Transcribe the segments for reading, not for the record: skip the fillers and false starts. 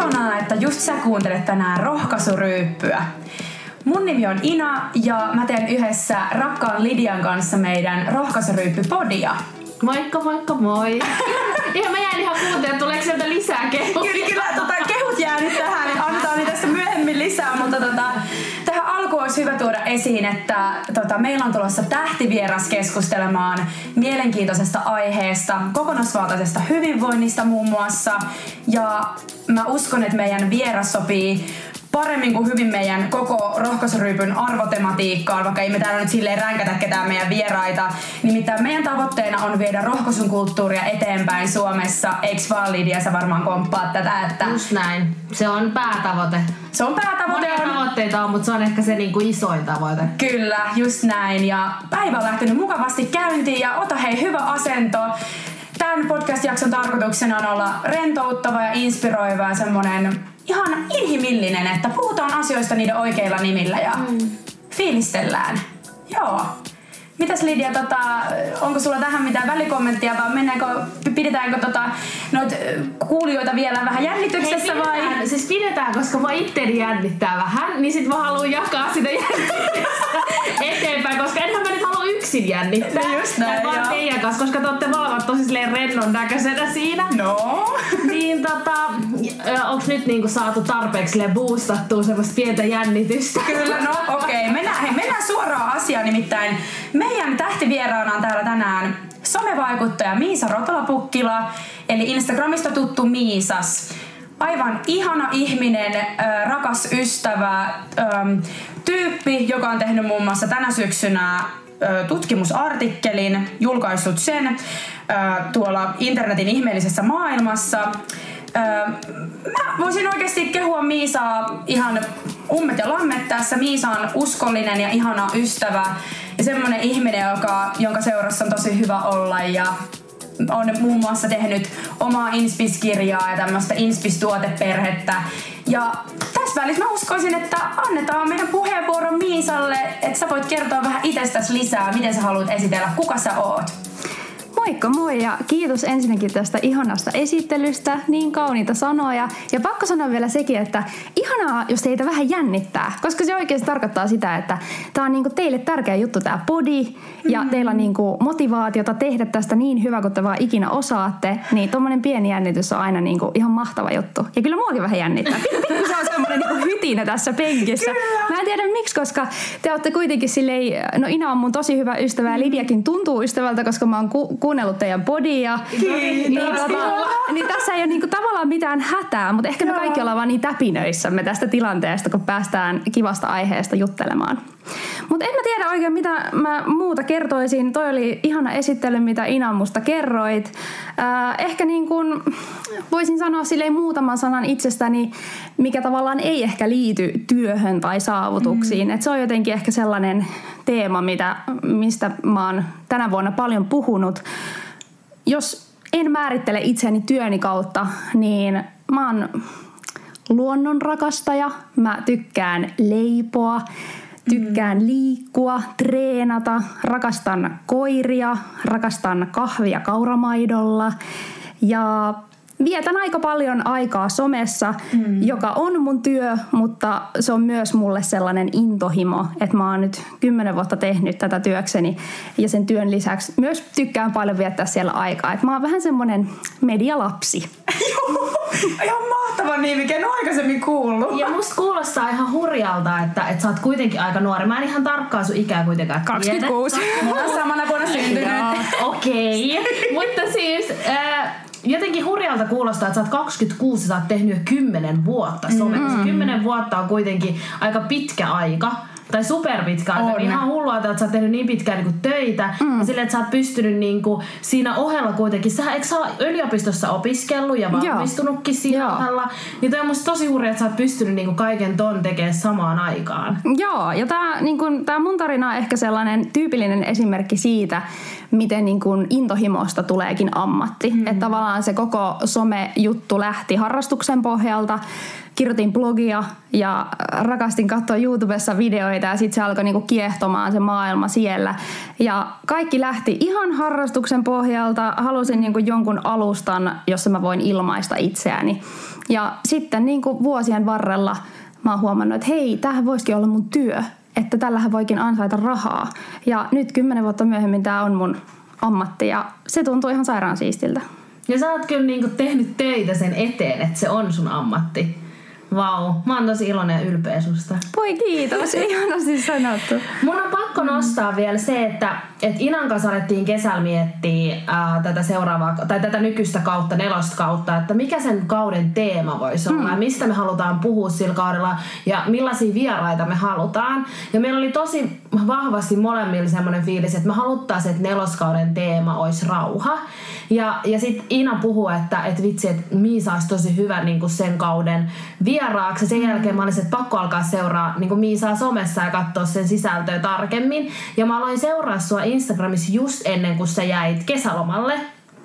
ihanaa, että just sä kuuntelet tänään Rohkaisuryyppyä. Mun nimi on Ina ja mä teen yhdessä rakkaan Lidian kanssa meidän Rohkaisuryyppy-podia. Moikka, moikka, moi! Ihan mä jäin ihan kuuntelemaan, tuleeko sieltä lisää kehuja? Kyllä, kehut jää nyt tähän, niin annetaan niitä tässä myöhemmin lisää, mutta tähän alkuun olisi hyvä tuoda esiin, että meillä on tulossa tähtivieras keskustelemaan mielenkiintoisesta aiheesta, kokonaisvaltaisesta hyvinvoinnista muun muassa, ja mä uskon, että meidän vieras sopii paremmin kuin hyvin meidän koko Rohkaisuryypyn arvotematiikkaan, vaikka ei me täällä nyt silleen ränkätä ketään meidän vieraita. Nimittäin meidän tavoitteena on viedä rohkaisun kulttuuria eteenpäin Suomessa. Eiks vaan, Lidia, sä varmaan komppaat tätä? Että just näin. Se on päätavoite. Se on päätavoite. Monia tavoitteita on, mutta se on ehkä se niinku isoin tavoite. Kyllä, just näin. Ja päivä on lähtenyt mukavasti käyntiin ja ota hei hyvä asento. Tämän podcast-jakson tarkoituksena on olla rentouttava ja inspiroiva ja semmonen ihan inhimillinen, että puhutaan asioista niiden oikeilla nimillä ja fiilistellään. Joo. Mitäs Lidia, onko sulla tähän mitään välikommenttia vai pidetäänkö noita kuulijoita vielä vähän jännityksessä? Hei, pidetään, vai? Siis pidetään, koska mä itteni jännittää vähän, niin sit mä haluan jakaa sitä jännitystä eteenpäin, koska enhän mä nyt halua yksin jännittää. No just näin, vaan teidän kanssa, koska te ootte molemmat tosi rennon näköisenä siinä. No. Niin onks nyt niinku saatu tarpeeksi boostattua semmoista pientä jännitystä? Kyllä, no okei. Mennään suoraan asiaan, nimittäin meidän tähtivieraana on täällä tänään somevaikuttaja Miisa Rotala-Pukkila, eli Instagramista tuttu Miisas. Aivan ihana ihminen, rakas ystävä, tyyppi, joka on tehnyt muun muassa tänä syksynä tutkimusartikkelin, julkaissut sen tuolla internetin ihmeellisessä maailmassa. Mä voisin oikeasti kehua Miisaa ihan ummet ja lammet tässä. Miisa on uskollinen ja ihana ystävä ja semmonen ihminen, jonka seurassa on tosi hyvä olla ja on muun muassa tehnyt omaa Inspis-kirjaa ja tämmöistä Inspis-tuoteperhettä. Ja tässä välissä mä uskoisin, että annetaan meidän puheenvuoron Miisalle, että sä voit kertoa vähän itsestäsi lisää, miten sä haluat esitellä, kuka sä oot. Moikka moi ja kiitos ensinnäkin tästä ihanasta esittelystä, niin kauniita sanoja. Ja pakko sanoa vielä sekin, että ihanaa, jos teitä vähän jännittää, koska se oikeasti tarkoittaa sitä, että tää on niinku teille tärkeä juttu tää podi ja teillä on niinku motivaatiota tehdä tästä niin hyvä kuin te vaan ikinä osaatte, niin tommonen pieni jännitys on aina niinku ihan mahtava juttu. Ja kyllä muakin vähän jännittää. Pikku se on semmonen niinku hytinä tässä penkissä. Kyllä. Mä en tiedä miksi, koska te olette kuitenkin silleen, no Ina on mun tosi hyvä ystävä ja Lidiakin tuntuu ystävältä, koska mä oon kuunnellut teidän podia. Niin tässä ei ole niinku tavallaan mitään hätää, mutta ehkä me kaikki ollaan vaan niin täpinöissämme tästä tilanteesta, kun päästään kivasta aiheesta juttelemaan. Mutta en mä tiedä oikein, mitä mä muuta kertoisin. Toi oli ihana esittely, mitä Ina musta kerroit. Ehkä niin kuin voisin sanoa silleen muutaman sanan itsestäni, mikä tavallaan ei ehkä liity työhön tai saavutuksiin. Et se on jotenkin ehkä sellainen teema, mistä mä oon tänä vuonna paljon puhunut. Jos en määrittele itseäni työni kautta, niin mä oon luonnonrakastaja. Mä tykkään leipoa. Tykkään liikkua, treenata, rakastan koiria, rakastan kahvia kauramaidolla ja vietän aika paljon aikaa somessa, joka on mun työ, mutta se on myös mulle sellainen intohimo, että mä oon nyt 10 vuotta tehnyt tätä työkseni ja sen työn lisäksi myös tykkään paljon viettää siellä aikaa. Että mä oon vähän semmonen medialapsi. Ihan mahtava nimi, mikä en ole aikaisemmin kuullut. Ja musta kuulostaa ihan hurjalta, että sä oot kuitenkin aika nuori. Mä en ihan tarkkaan sun ikää kuitenkaan 26. Mä oon samana vuonna syntynyt. Okei. Mutta siis jotenkin hurjalta kuulostaa, että sä oot 26 ja sä oot tehnyt jo 10 vuotta somessa. 10 vuotta on kuitenkin aika pitkä aika. Tai superpitkä aika, niin ihan hullua, että sä oot tehnyt niin pitkään niin töitä. Ja silleen, että sä oot pystynyt niin kuin, siinä ohella kuitenkin. Eikö sä yliopistossa opiskellut ja valmistunutkin siinä ohella? Niin toi on musta tosi hurja, että sä oot pystynyt niin kuin kaiken ton tekemään samaan aikaan. Joo, ja tää mun tarina on ehkä sellainen tyypillinen esimerkki siitä, miten niin kuin intohimosta tuleekin ammatti. Että tavallaan se koko some-juttu lähti harrastuksen pohjalta. kirjoitin blogia ja rakastin katsoa YouTubessa videoita ja sitten se alkoi niinku kiehtomaan se maailma siellä. Ja kaikki lähti ihan harrastuksen pohjalta. Halusin niinku jonkun alustan, jossa mä voin ilmaista itseäni. Ja sitten niinku vuosien varrella mä oon huomannut, että hei, tämähän voisikin olla mun työ. Että tällähän voikin ansaita rahaa. Ja nyt 10 vuotta myöhemmin tää on mun ammatti ja se tuntuu ihan sairaan siistiltä. Ja sä oot kyllä niinku tehnyt töitä sen eteen, että se on sun ammatti. Vau, mä oon tosi iloinen ja ylpeä susta. Voi kiitos, ihanasti sanottu. Mun on pakko nostaa vielä se, että Inan kanssa alettiin kesällä miettiä tätä seuraavaa, tai tätä nykyistä kautta, 4. kautta, että mikä sen kauden teema voisi olla ja mistä me halutaan puhua sillä kaudella ja millaisia vieraita me halutaan. Ja meillä oli tosi vahvasti molemmilla semmoinen fiilis, että me haluttaisiin, että 4. kauden teema olisi rauha. Ja sitten Ina puhui, että vitsi, että Miisa olisi tosi hyvä niin sen kauden vieraaksi. Sen jälkeen mä olisin, että pakko alkaa seuraa niin Miisaa somessa ja katsoa sen sisältöä tarkemmin. Ja mä aloin seuraa sua Instagramissa just ennen kuin sä jäit kesälomalle.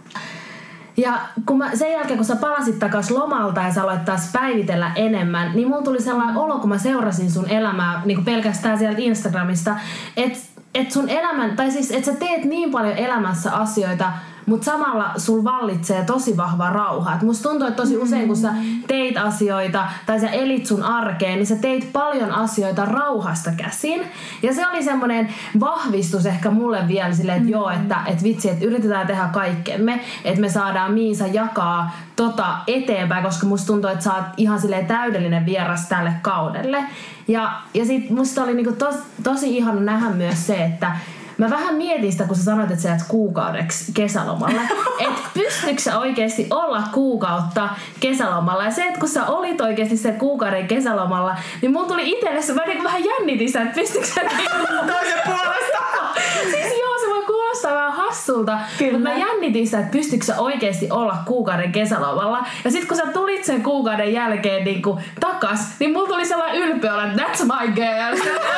Ja sen jälkeen, kun sä palasit takas lomalta ja sä aloit taas päivitellä enemmän, niin mulla tuli sellainen olo, kun mä seurasin sun elämää niin pelkästään sieltä Instagramista, että sun elämän, tai siis että sä teet niin paljon elämässä asioita, mutta samalla sul vallitsee tosi vahva rauha. Et musta tuntuu, että tosi usein kun sä teit asioita tai sä elit sun arkeen, niin sä teit paljon asioita rauhasta käsin. Ja se oli semmoinen vahvistus ehkä mulle vielä silleen, että joo, että vitsi, että yritetään tehdä kaikkemme, että me saadaan Miisa jakaa eteenpäin, koska musta tuntuu, että sä oot ihan silleen täydellinen vieras tälle kaudelle. Ja sit musta oli niinku tosi ihana nähdä myös se, että mä vähän mietin sitä, kun sä sanoit, että sä jäät kuukaudeksi kesälomalle. Että pystytkö sä oikeesti olla kuukautta kesälomalla? Ja se, että kun sä olit oikeesti sen kuukauden kesälomalla, niin mun tuli itselle, mä niin vähän jännitin sitä, että pystytkö sä toisen puolesta. Siis joo, se voi kuulostaa vähän hassulta. Mutta mä jännitin sitä, että pystytkö sä oikeesti olla kuukauden kesälomalla. Ja sit kun sä tulit sen kuukauden jälkeen niin takas, niin mulla tuli sellainen ylpeä, että that's my girl.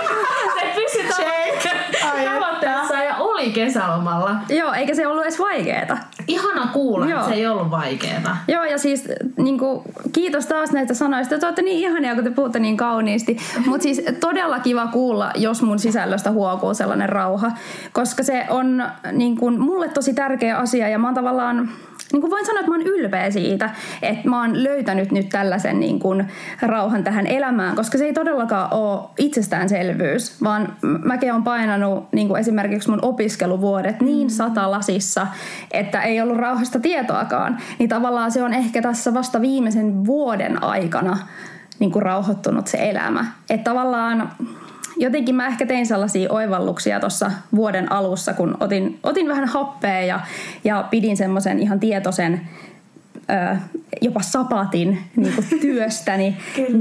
Se pystyt tavoitteessa ja oli kesälomalla. Joo, eikä se ollut edes vaikeeta. Ihana kuulla, että se ei ollut vaikeeta. Joo, ja siis niinku, kiitos taas näistä sanoista. Te olette niin ihania, kun te puhutte niin kauniisti. Mutta siis todella kiva kuulla, jos mun sisällöstä huokuu sellainen rauha. Koska se on niinku, mulle tosi tärkeä asia ja mä oon tavallaan... Niin kuin voin sanoa, että mä oon ylpeä siitä, että mä oon löytänyt nyt tällaisen niin kuin rauhan tähän elämään, koska se ei todellakaan ole itsestäänselvyys, vaan mäkin oon painanut niin kuin esimerkiksi mun opiskeluvuodet niin satalasissa, että ei ollut rauhasta tietoakaan. Niin tavallaan se on ehkä tässä vasta viimeisen vuoden aikana niin kuin rauhoittunut se elämä. Että tavallaan... Jotenkin mä ehkä tein sellaisia oivalluksia tuossa vuoden alussa, kun otin vähän happea ja pidin semmoisen ihan tietoisen jopa sapatin niin kuin työstäni.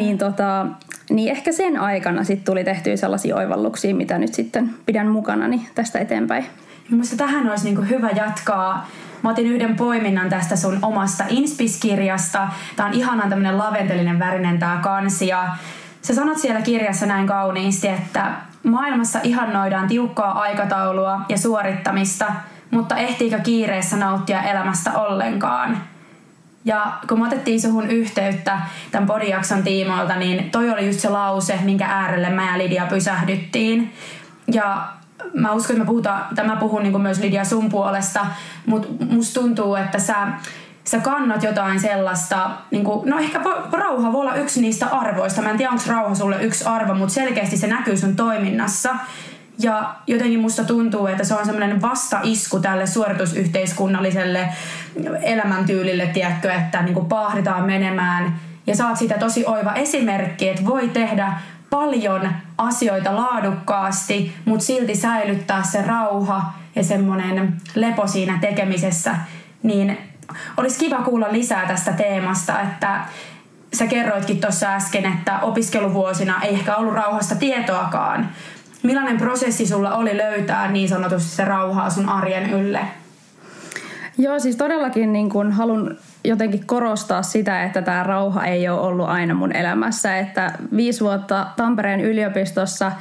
niin ehkä sen aikana sit tuli tehtyä sellaisia oivalluksia, mitä nyt sitten pidän mukanani tästä eteenpäin. Minusta tähän olisi niin kuin hyvä jatkaa. Mä otin yhden poiminnan tästä sun omasta Inspis-kirjasta. Tää on ihanan tämmönen laventelinen värinen tää kansi ja sä sanot siellä kirjassa näin kauniisti, että maailmassa ihannoidaan tiukkaa aikataulua ja suorittamista, mutta ehtiikö kiireessä nauttia elämästä ollenkaan? Ja kun me otettiin suhun yhteyttä tämän podijakson tiimoilta, niin toi oli just se lause, minkä äärelle mä ja Lidia pysähdyttiin. Ja mä uskon, että mä puhun niin kuin myös Lidia sun puolesta, mutta musta tuntuu, että sä kannat jotain sellaista, niin kuin, no ehkä rauha voi olla yksi niistä arvoista. Mä en tiedä, onko rauha sulle yksi arvo, mutta selkeästi se näkyy sun toiminnassa. Ja jotenkin musta tuntuu, että se on semmoinen vastaisku tälle suoritusyhteiskunnalliselle elämäntyylille, tiedätkö, että niin kuin paahditaan menemään. Ja sä oot siitä tosi oiva esimerkki, että voi tehdä paljon asioita laadukkaasti, mutta silti säilyttää se rauha ja semmoinen lepo siinä tekemisessä. Niin olisi kiva kuulla lisää tästä teemasta, että sä kerroitkin tuossa äsken, että opiskeluvuosina ei ehkä ollut rauhasta tietoakaan. Millainen prosessi sulla oli löytää niin sanotusti se rauhaa sun arjen ylle? Joo, siis todellakin niin kun haluan jotenkin korostaa sitä, että tämä rauha ei ole ollut aina mun elämässä. Että 5 vuotta Tampereen yliopistossa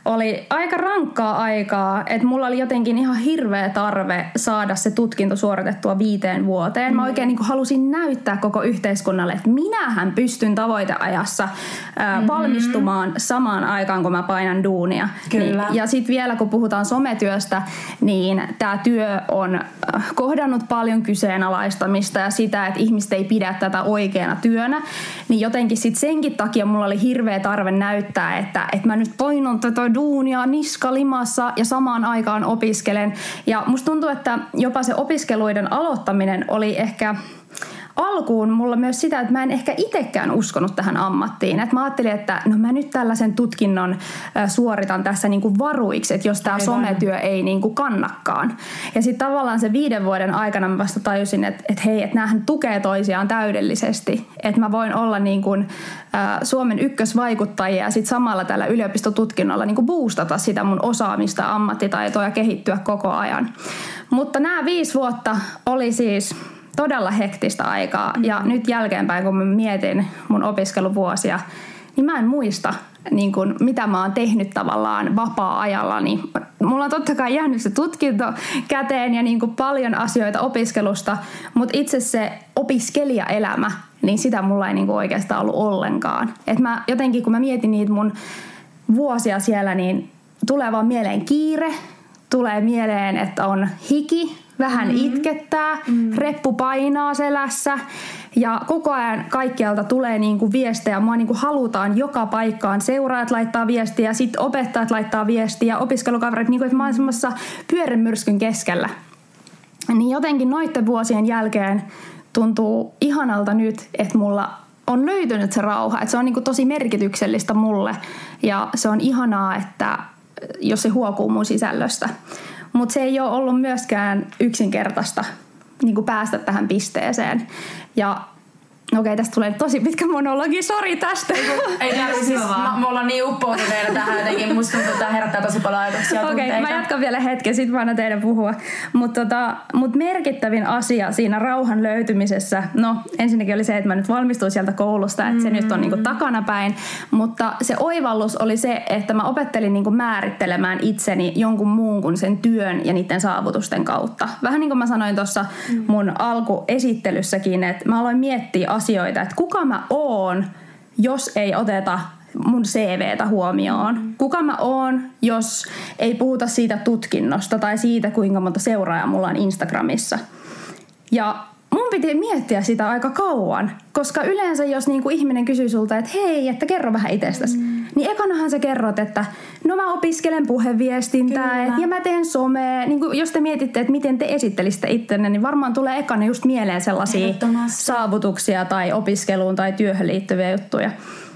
oli aika rankkaa aikaa, että mulla oli jotenkin ihan hirveä tarve saada se tutkinto suoritettua 5 vuoteen. Mä oikein niin kuin halusin näyttää koko yhteiskunnalle, että minähän pystyn tavoiteajassa valmistumaan samaan aikaan, kun mä painan duunia. Kyllä. Ja sitten vielä kun puhutaan sometyöstä, niin tämä työ on kohdannut paljon kyseenalaistamista ja sitä, että ihmiset ei pidä tätä oikeana työnä. Niin jotenkin sitten senkin takia mulla oli hirveä tarve näyttää, että mä nyt painan tätä duunia niskalimassa ja samaan aikaan opiskelen. Ja musta tuntuu, että jopa se opiskeluiden aloittaminen oli ehkä alkuun mulla myös sitä, että mä en ehkä itsekään uskonut tähän ammattiin. Et mä ajattelin, että no mä nyt tällaisen tutkinnon suoritan tässä niinku varuiksi, että jos tää sometyö ei niinku kannakaan. Ja sitten tavallaan se 5 vuoden aikana mä vasta tajusin, että hei, että näähän tukee toisiaan täydellisesti. Että mä voin olla niinku, Suomen ykkösvaikuttajia ja sitten samalla tällä yliopistotutkinnolla niinku boostata sitä mun osaamista ja ammattitaitoa ja kehittyä koko ajan. Mutta nämä 5 vuotta oli siis todella hektistä aikaa ja nyt jälkeenpäin kun mä mietin mun opiskeluvuosia, niin mä en muista niin kun, mitä mä oon tehnyt tavallaan vapaa-ajalla. Niin mulla on totta kai jäänyt se tutkinto käteen ja niin kun paljon asioita opiskelusta, mutta itse se opiskelijaelämä, niin sitä mulla ei niin kun oikeastaan ollut ollenkaan. Et mä jotenkin kun mä mietin niitä mun vuosia siellä, niin tulee vaan mieleen kiire, tulee mieleen, että on hiki, vähän itkettää, reppu painaa selässä ja koko ajan kaikkialta tulee niinku viestejä. Mua niinku halutaan joka paikkaan. Seuraajat laittaa viestiä, sitten opettajat laittaa viestiä, opiskelukaverit, niinku, että mä oon semmoisessa pyörremyrskyn keskellä. Niin jotenkin noitten vuosien jälkeen tuntuu ihanalta nyt, että mulla on löytynyt se rauha. Että se on niinku tosi merkityksellistä mulle ja se on ihanaa, että jos se huokuu mun sisällöstä. Mutta se ei ole ollut myöskään yksinkertaista niin kuin päästä tähän pisteeseen. Ja okei, tästä tulee tosi pitkä monologi, sori tästä. Ei siis, me ollaan niin uppoutuneita tähän jotenkin. Musta tuntuu, että tämä herättää tosi paljon ajatuksia. Okei, mä jatkan vielä hetken, sit mä annan teidän puhua. Mut merkittävin asia siinä rauhan löytymisessä, no ensinnäkin oli se, että mä nyt valmistuin sieltä koulusta, että se nyt on niinku takanapäin. Mutta se oivallus oli se, että mä opettelin niinku määrittelemään itseni jonkun muun kuin sen työn ja niiden saavutusten kautta. Vähän niin kuin mä sanoin tuossa mun alkuesittelyssäkin, että mä aloin miettiä asioita, että kuka mä oon, jos ei oteta mun CVtä huomioon. Kuka mä oon, jos ei puhuta siitä tutkinnosta tai siitä, kuinka monta seuraajaa mulla on Instagramissa. Ja mun piti miettiä sitä aika kauan, koska yleensä jos niinku ihminen kysyy sulta, että hei, että kerro vähän itsestäsi, niin ekanahan sä kerrot, että no mä opiskelen puheviestintää ja mä teen somea. Niin jos te mietitte, että miten te esittelisitte ittenne, niin varmaan tulee ekana just mieleen sellaisia saavutuksia tai opiskeluun tai työhön liittyviä juttuja.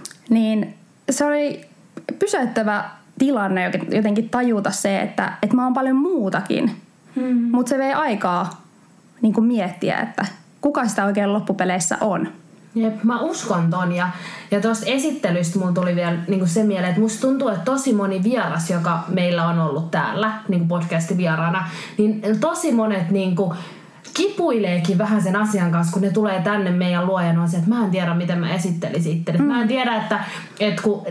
Niin se oli pysäyttävä tilanne jotenkin tajuta se, että mä oon paljon muutakin, mutta se vei aikaa niin kuin miettiä, että kuka sitä oikein loppupeleissä on. Jep, mä uskon ton ja tuosta esittelystä mulla tuli vielä niin se mieleen, että musta tuntuu, että tosi moni vieras, joka meillä on ollut täällä niin podcastin vieraana, niin tosi monet niin kipuileekin vähän sen asian kanssa, kun ne tulee tänne meidän luo ja on se, että mä en tiedä, miten mä esittelisin itteni. Mä en tiedä, että kun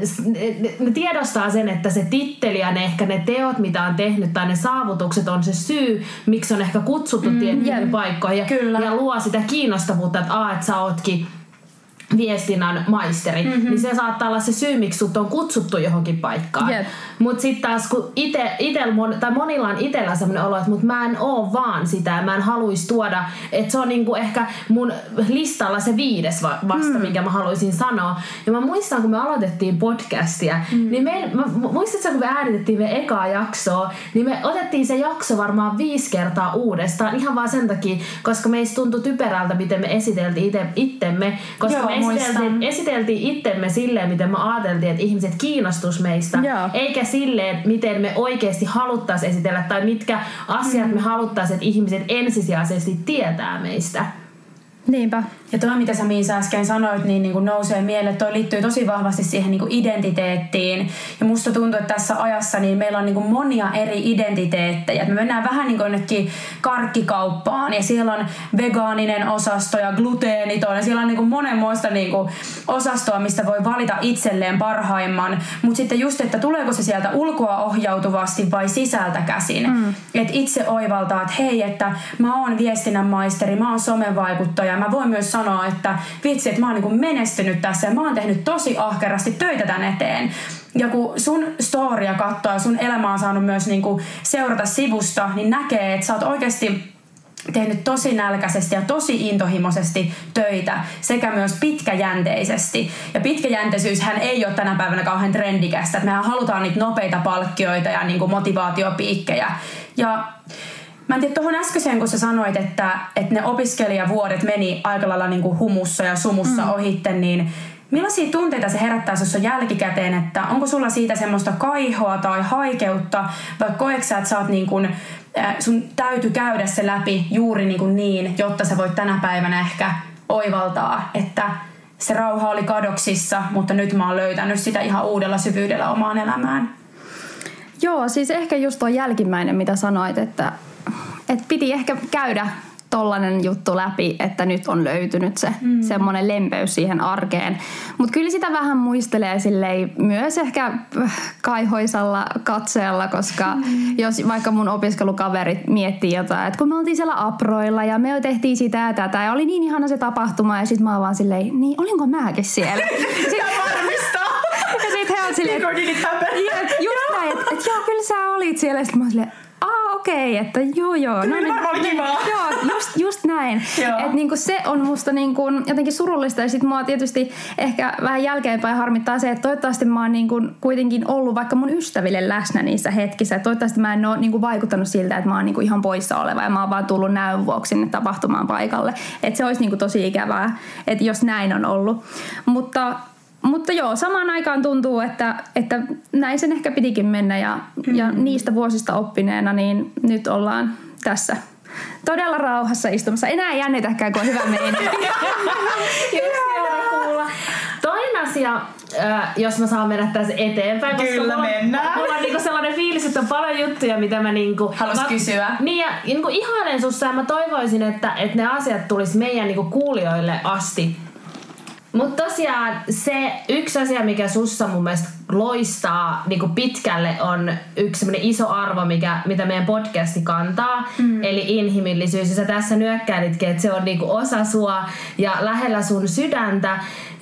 ne tiedostaa sen, että se titteli ja ne teot, mitä on tehnyt tai ne saavutukset on se syy, miksi on ehkä kutsuttu tiettyihin paikkoihin ja luo sitä kiinnostavuutta, että sä ootkin viestinnän maisteri, niin se saattaa olla se syy, miksi sut on kutsuttu johonkin paikkaan. Mutta sitten taas kun monilla on itsellä sellainen olo, että mä en oo vaan sitä ja mä en haluaisi tuoda, että se on niinku ehkä mun listalla se 5. vasta, minkä mä haluaisin sanoa. Ja mä muistan, kun me aloitettiin podcastia, niin muistatko, kun me äänitettiin me ekaa jaksoa, niin me otettiin se jakso varmaan 5 kertaa uudestaan, ihan vaan sen takia, koska meistä tuntui typerältä, miten me esiteltiin itsemme, koska me esiteltiin itsemme silleen, miten me ajateltiin, että ihmiset kiinnostus meistä, eikä silleen, miten me oikeasti haluttaisiin esitellä tai mitkä asiat me haluttaisiin, että ihmiset ensisijaisesti tietää meistä. Niinpä. Ja toi, mitä sä Miisa äsken sanoit, niin kuin nousee mieleen, toi liittyy tosi vahvasti siihen niin kuin identiteettiin. Ja musta tuntuu, että tässä ajassa niin meillä on niin kuin monia eri identiteettejä. Me mennään vähän niin kuin jonnekin karkkikauppaan ja siellä on vegaaninen osasto ja gluteeniton ja siellä on niin kuin monenmoista niin kuin osastoa, mistä voi valita itselleen parhaimman. Mutta sitten just, että tuleeko se sieltä ulkoa ohjautuvasti vai sisältä käsin. Että itse oivaltaa, että hei, että mä oon viestinnän maisteri, mä oon somevaikuttaja. Mä voin myös sanoa, että vitsi, että mä oon niin kuin menestynyt tässä ja mä oon tehnyt tosi ahkerasti töitä tän eteen. Ja kun sun storya katsoo ja sun elämä on saanut myös niin kuin seurata sivusta, niin näkee, että sä oot oikeasti tehnyt tosi nälkäisesti ja tosi intohimoisesti töitä sekä myös pitkäjänteisesti. Ja pitkäjänteisyyshän ei ole tänä päivänä kauhean trendikästä. Että mehän halutaan niitä nopeita palkkioita ja niin kuin motivaatiopiikkejä. Ja mä en tiedä, tuohon äskeiseen, kun sä sanoit, että ne opiskelijavuodet meni aika lailla niin kuin humussa ja sumussa ohitte, niin millaisia tunteita se herättää sinussa jälkikäteen, että onko sulla siitä semmoista kaihoa tai haikeutta, vai koetko sä, että sä oot niin kuin, sun täytyy käydä se läpi juuri niin, jotta sä voit tänä päivänä ehkä oivaltaa, että se rauha oli kadoksissa, mutta nyt mä oon löytänyt sitä ihan uudella syvyydellä omaan elämään. Joo, siis ehkä just tuo jälkimmäinen, mitä sanoit, että piti ehkä käydä tollainen juttu läpi, että nyt on löytynyt se semmoinen lempeys siihen arkeen. Mutta kyllä sitä vähän muistelee silleen myös ehkä kaihoisalla katseella, koska jos vaikka mun opiskelukaverit miettii jotain, että kun me oltiin siellä aproilla ja me tehtiin sitä ja tätä ja oli niin ihana se tapahtuma ja sit mä oon vaan silleen, niin olinko mäkin siellä? Ja sit he on silleen, just näin, että joo, kyllä sä olit siellä. Ja sit mä oon silleen, okei, että joo. Kyllä varmaan oli kivaa. Joo, just näin. Että niinku se on musta niinku jotenkin surullista ja sit mua tietysti ehkä vähän jälkeenpäin harmittaa se, että toivottavasti mä oon niinku kuitenkin ollut vaikka mun ystäville läsnä niissä hetkissä. Että toivottavasti mä en oo niinku vaikuttanut siltä, että mä oon niinku ihan poissa oleva ja mä oon vaan tullut näön vuoksi sinne tapahtumaan paikalle. Että se olisi niinku tosi ikävää, että jos näin on ollut. Mutta joo, samaan aikaan tuntuu, että näin sen ehkä pitikin mennä ja niistä vuosista oppineena, niin nyt ollaan tässä todella rauhassa istumassa. Enää jännitäkään, kun on hyvä meininki. Toinen asia, jos mä saan mennä tässä eteenpäin, Kyllä koska mulla on niinku sellainen fiilis, että on paljon juttuja, mitä mä niinku haluaisin kysyä. Niin ja niinku ihailen sussa ja mä toivoisin, että ne asiat tulis meidän niinku kuulijoille asti. Mutta tosiaan se yksi asia, mikä sussa mun mielestä loistaa niin kuin pitkälle, on yksi semmoinen iso arvo, mitä meidän podcasti kantaa, eli inhimillisyys. Ja sä tässä nyökkäilitkin, että se on niin kuin osa sua ja lähellä sun sydäntä.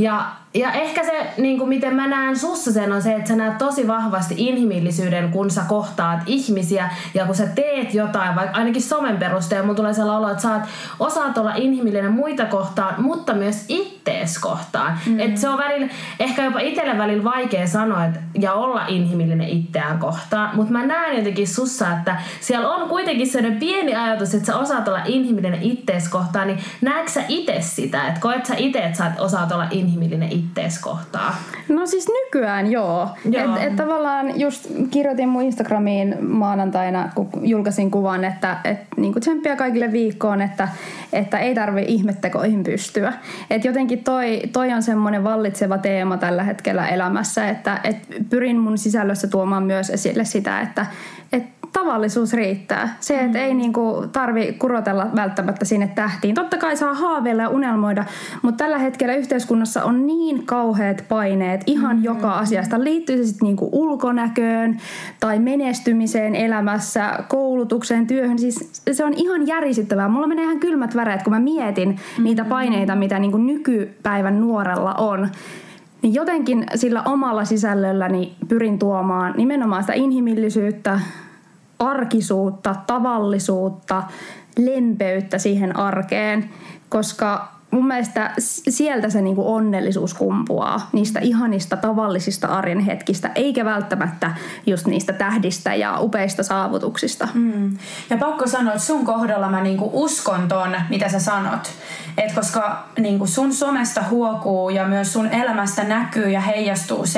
Ja ehkä se, niin kuin miten mä näen sussa sen, on se, että sä näet tosi vahvasti inhimillisyyden, kun sä kohtaat ihmisiä ja kun sä teet jotain, vaikka ainakin somen perusteella, mun tulee sellainen olo, että sä osaat olla inhimillinen muita kohtaan, mutta myös ittees kohtaan. Että se on välillä, ehkä jopa itselle välillä vaikea sanoa ja olla inhimillinen itseään kohtaan, mutta mä näen jotenkin sussa, että siellä on kuitenkin sellainen pieni ajatus, että sä osaat olla inhimillinen ittees kohtaan, niin näetkö sä itse sitä, että koet sä itse, että sä osaat olla inhimillinen ittees kohtaan? No siis nykyään joo. Et tavallaan just kirjoitin mun Instagramiin maanantaina, kun julkaisin kuvan, että niinku tsemppiä kaikille viikkoon, että ei tarvi ihmettekoihin pystyä. Et jotenkin toi on semmoinen vallitseva teema tällä hetkellä elämässä, että pyrin mun sisällössä tuomaan myös esille sitä, että tavallisuus riittää. Se, että ei niinku tarvi kurotella välttämättä sinne tähtiin. Totta kai saa haaveilla ja unelmoida, mutta tällä hetkellä yhteiskunnassa on niin kauheat paineet ihan joka asiasta. Liittyy se sitten niinku ulkonäköön tai menestymiseen elämässä, koulutukseen, työhön. Siis se on ihan järisyttävää. Mulla menee ihan kylmät väreet, kun mä mietin niitä paineita, mitä niinku nykypäivän nuorella on. Niin jotenkin sillä omalla sisällölläni pyrin tuomaan nimenomaan sitä inhimillisyyttä, arkisuutta, tavallisuutta, lempeyttä siihen arkeen, koska mun mielestä sieltä se niinku onnellisuus kumpuaa, niistä ihanista tavallisista arjen hetkistä, eikä välttämättä just niistä tähdistä ja upeista saavutuksista. Ja pakko sanoa, että sun kohdalla mä niinku uskon ton, mitä sä sanot. Et koska niinku sun somesta huokuu ja myös sun elämästä näkyy ja heijastuu se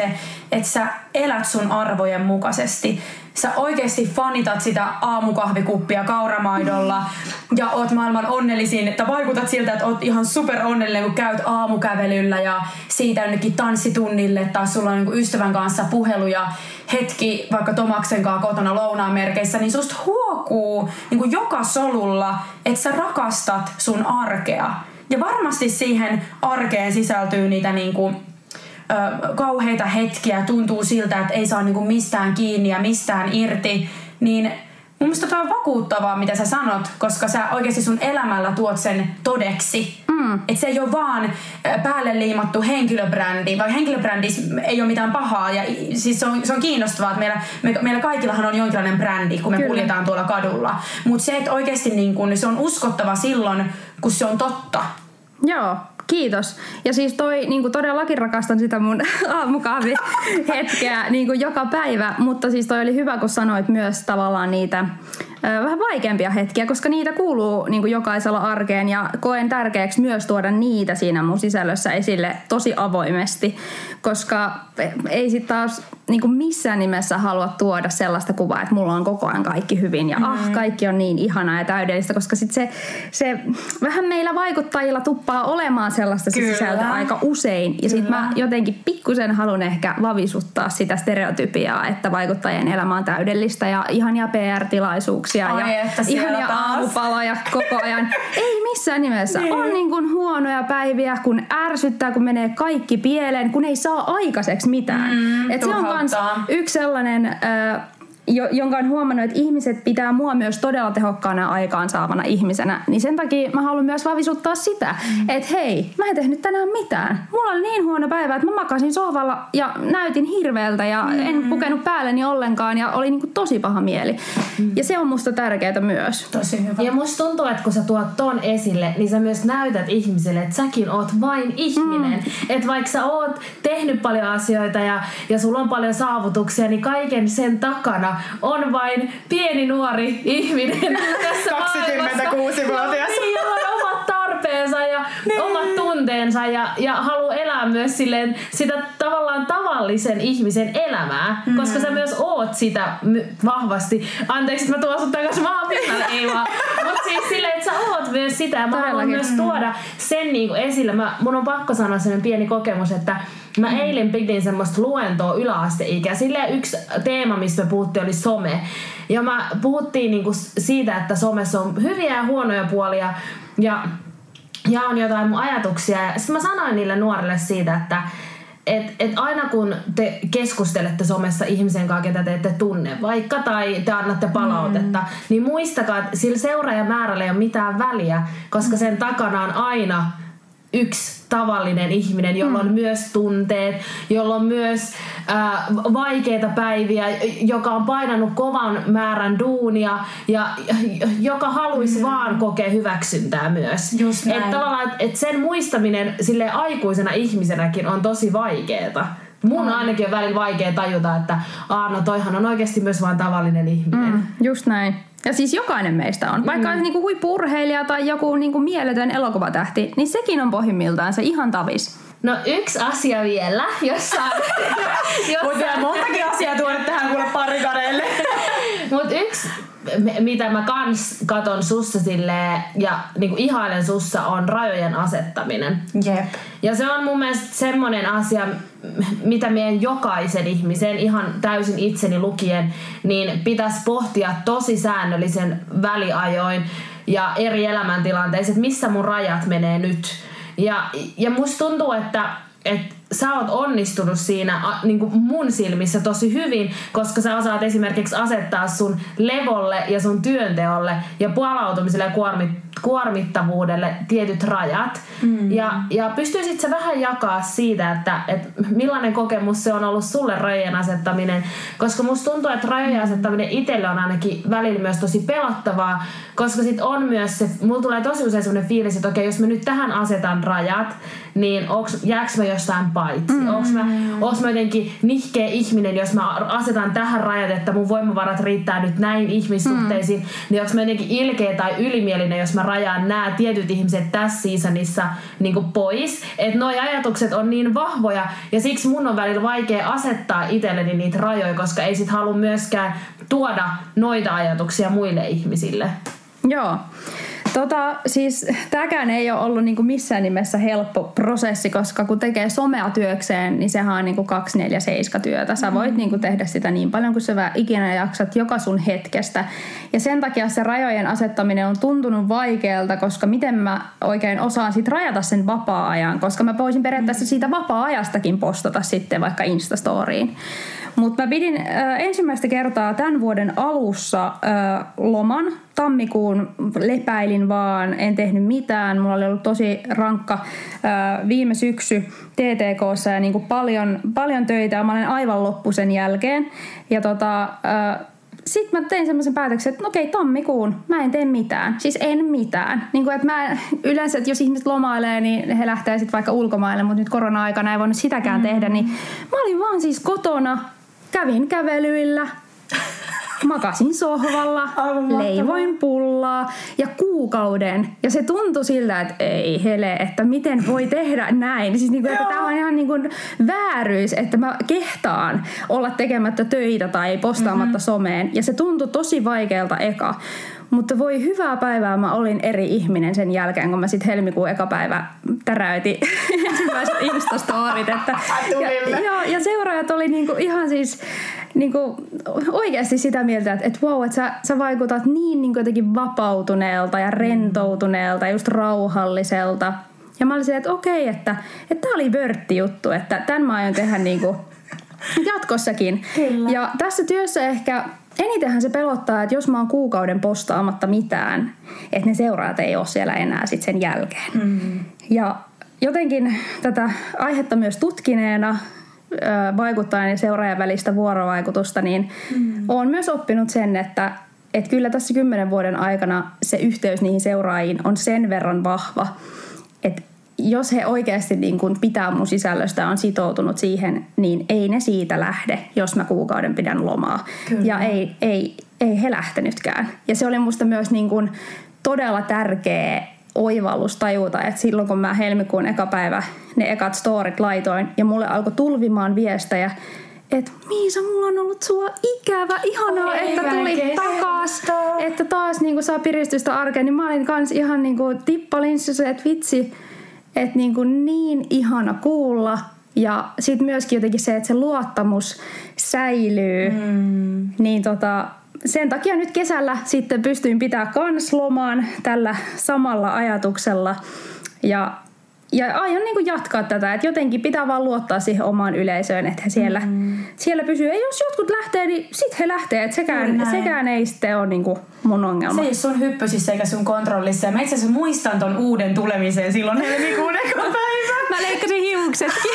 että sä elät sun arvojen mukaisesti. Sä oikeesti fanitat sitä aamukahvikuppia kauramaidolla ja oot maailman onnellisin, että vaikutat siltä, että oot ihan super onnellinen, kun käyt aamukävelyllä ja siitä jonnekin tanssitunnille tai sulla on niin kuin ystävän kanssa puhelu ja hetki vaikka Tomaksen kanssa kotona lounaan merkeissä, niin susta huokuu niin kuin joka solulla, että sä rakastat sun arkea. Ja varmasti siihen arkeen sisältyy niitä niinku kauheita hetkiä, tuntuu siltä, että ei saa niinku mistään kiinni ja mistään irti, niin mun mielestä toi on vakuuttavaa, mitä sä sanot, koska sä oikeasti sun elämällä tuot sen todeksi. Että se ei ole vaan päälle liimattu henkilöbrändi, vai henkilöbrändissä ei ole mitään pahaa. Ja siis se on kiinnostavaa, että meillä kaikillahan on jonkinlainen brändi, kun me kuljetaan tuolla kadulla. Mutta se, että oikeasti niin kun, se on uskottava silloin, kun se on totta. Joo. Kiitos. Ja siis niin todellakin rakastan sitä mun aamukahvihetkeä niin joka päivä, mutta siis toi oli hyvä, kun sanoit myös tavallaan niitä vähän vaikeampia hetkiä, koska niitä kuuluu niin jokaisella arkeen ja koen tärkeäksi myös tuoda niitä siinä mun sisällössä esille tosi avoimesti, koska ei sit taas niin missään nimessä halua tuoda sellaista kuvaa, että mulla on koko ajan kaikki hyvin ja kaikki on niin ihanaa ja täydellistä, koska sit se vähän meillä vaikuttajilla tuppaa olemaan sellaista sisältöä aika usein ja sit mä jotenkin pikkusen haluan ehkä vavisuttaa sitä stereotypiaa, että vaikuttajien elämä on täydellistä ja ihania PR-tilaisuuksia ja ihania aamupaloja koko ajan. Ei missään nimessä. On niin kuin huonoja päiviä, kun ärsyttää, kun menee kaikki pieleen, kun ei saa aikaiseksi mitään. Et se on kans yksi sellainen, jonka on huomannut, että ihmiset pitää mua myös todella tehokkaana aikaansaavana ihmisenä, niin sen takia mä haluan myös vavisuttaa sitä, että hei, mä en tehnyt tänään mitään. Mulla oli niin huono päivä, että mä makasin sohvalla ja näytin hirveältä ja en pukenut päälleni ollenkaan ja oli niinku tosi paha mieli. Ja se on musta tärkeää myös. Tosi hyvä. Ja musta tuntuu, että kun sä tuot ton esille, niin sä myös näytät ihmiselle, että säkin oot vain ihminen. Että vaikka sä oot tehnyt paljon asioita ja sulla on paljon saavutuksia, niin kaiken sen takana on vain pieni nuori ihminen tässä 26-vuotias. Niin, jolla on omat tarpeensa ja omat tunteensa ja haluaa elää myös silleen sitä tavallaan tavallisen ihmisen elämää, koska sä myös oot sitä vahvasti. Anteeksi, että mä tuon sut takaisin maapinnalle, ei vaan. Mutta siis silleen, että sä oot myös sitä ja mä haluan myös tuoda sen niinku esille. Mun on pakko sanoa sellainen pieni kokemus, että mä eilen pidin semmoista luentoa yläasteikäisille. Yksi teema, mistä me puhuttiin, oli some. Ja puhuttiin niinku siitä, että somessa on hyviä ja huonoja puolia ja on jotain mun ajatuksia. Sitten mä sanoin niille nuorille siitä, että aina kun te keskustelette somessa ihmisen kanssa, ketä te ette tunne vaikka, tai te annatte palautetta, niin muistakaa, että sillä seuraajamäärällä ei ole mitään väliä, koska sen takana on aina yksi tavallinen ihminen, jolla on myös tunteet, jolla on myös vaikeita päiviä, joka on painanut kovan määrän duunia ja joka haluaisi vaan kokea hyväksyntää myös. Että tavallaan et sen muistaminen silleen aikuisena ihmisenäkin on tosi vaikeeta. Mun ainakin on välillä vaikea tajuta, että no toihan on oikeasti myös vain tavallinen ihminen. Just näin. Ja siis jokainen meistä on. Vaikka olisi niinku huippu-urheilija tai joku niinku mieletön elokuvatähti, niin sekin on pohjimmiltaan se ihan tavis. No yksi asia vielä, jossa voidaan montakin asiaa tuoda tähän kuule parikareille. Mut yksi, mitä mä kans katon sussa silleen, ja niinku ihailen sussa, on rajojen asettaminen. Jep. Ja se on mun mielestä semmonen asia, mitä meidän jokaisen ihmisen, ihan täysin itseni lukien, niin pitäisi pohtia tosi säännöllisen väliajoin ja eri elämäntilanteissa, että missä mun rajat menee nyt. Ja musta tuntuu, että sä oot onnistunut siinä niin kuin mun silmissä tosi hyvin, koska sä osaat esimerkiksi asettaa sun levolle ja sun työnteolle ja palautumiselle ja kuormittavuudelle tietyt rajat. Ja pystyisit sä vähän jakaa siitä, että millainen kokemus se on ollut sulle rajojen asettaminen, koska musta tuntuu, että rajojen asettaminen itselle on ainakin välillä myös tosi pelottavaa, koska sit on myös se, mulla tulee tosi usein sellainen fiilis, että okei, jos mä nyt tähän asetan rajat, niin jääks mä jossain paitsi? Onks mä jotenkin nihkeä ihminen, jos mä asetan tähän rajat, että mun voimavarat riittää nyt näin ihmissuhteisiin, niin onks mä jotenkin ilkeä tai ylimielinen, jos mä rajaan nämä tietyt ihmiset tässä seasonissa niinku pois. Että noi ajatukset on niin vahvoja ja siksi mun on välillä vaikea asettaa itselleni niitä rajoja, koska ei sit halua myöskään tuoda noita ajatuksia muille ihmisille. Joo. Siis tämäkään ei ole ollut niinku missään nimessä helppo prosessi, koska kun tekee somea työkseen, niin sehän on niinku 24/7 työtä. Sä voit niinku tehdä sitä niin paljon kuin sä ikinä jaksat joka sun hetkestä. Ja sen takia se rajojen asettaminen on tuntunut vaikealta, koska miten mä oikein osaan sit rajata sen vapaa-ajan, koska mä voisin periaatteessa siitä vapaa-ajastakin postata sitten vaikka Instastoriin. Mutta mä pidin ensimmäistä kertaa tämän vuoden alussa loman. Tammikuun lepäilin vaan, en tehnyt mitään. Mulla oli ollut tosi rankka viime syksy TTK:ssa ja niinku paljon töitä ja mä olen aivan loppu sen jälkeen. Ja sitten mä tein semmoisen päätöksen, että okei, tammikuun mä en tee mitään. Siis en mitään. Niin kuin, että mä yleensä, että jos ihmiset lomailee, niin he lähtee sitten vaikka ulkomaille, mutta nyt korona-aikana ei voinut sitäkään tehdä. Niin mä olin vaan siis kotona, kävin kävelyillä, makasin sohvalla, leivoin pullaa ja kuukauden. Ja se tuntui siltä, että ei hele, että miten voi tehdä näin. Siis niin kuin, että tämä on ihan niin kuin vääryys, että mä kehtaan olla tekemättä töitä tai postaamatta someen. Ja se tuntui tosi vaikealta eka. Mutta voi hyvää päivää, mä olin eri ihminen sen jälkeen, kun mä sit helmikuun eka päivä täräytin ensimmäiset Instastorit. Ja seuraajat oli niinku ihan siis niinku oikeasti sitä mieltä, että wow, että sä vaikutat niin niinku jotenkin vapautuneelta ja rentoutuneelta ja just rauhalliselta. Ja mä olisin, että okei, että tää oli vörtti juttu, että tän mä aion tehdä niinku jatkossakin. Kyllä. Ja tässä työssä ehkä enitenhän se pelottaa, että jos mä oon kuukauden postaamatta mitään, että ne seuraajat ei ole siellä enää sit sen jälkeen. Ja jotenkin tätä aihetta myös tutkineena, vaikuttajan ja seuraajan välistä vuorovaikutusta, niin oon myös oppinut sen, että kyllä tässä 10 vuoden aikana se yhteys niihin seuraajiin on sen verran vahva, että jos he oikeasti niin kun pitää mun sisällöstä ja on sitoutunut siihen, niin ei ne siitä lähde, jos mä kuukauden pidän lomaa. Kyllä. Ja ei he lähtenytkään. Ja se oli musta myös niin kun todella tärkeä oivallus tajuta, että silloin kun mä helmikuun eka päivä ne ekat storit laitoin ja mulle alkoi tulvimaan viestejä, että Miisa, mulla on ollut sua ikävä, ihanaa, että tuli takas, että taas niin saa piristystä arkeen, niin mä olin kans ihan niin tippalinssissa, että vitsi, että niin ihana kuulla. Ja sitten myöskin jotenkin se, että se luottamus säilyy. Niin sen takia nyt kesällä sitten pystyin pitämään kans lomaan tällä samalla ajatuksella. Ja aion niin kuin jatkaa tätä, että jotenkin pitää vaan luottaa siihen omaan yleisöön, että he siellä pysyy. Ja jos jotkut lähtee, niin sit he lähtee. Että sekään ei sitten ole niin kuin mun ongelma. Se ei ole sun hyppysissä eikä sun kontrollissa. Ja mä itse asiassa muistan ton uuden tulemisen silloin helmikuun eka päivä. Mä leikkasin hiuksetkin.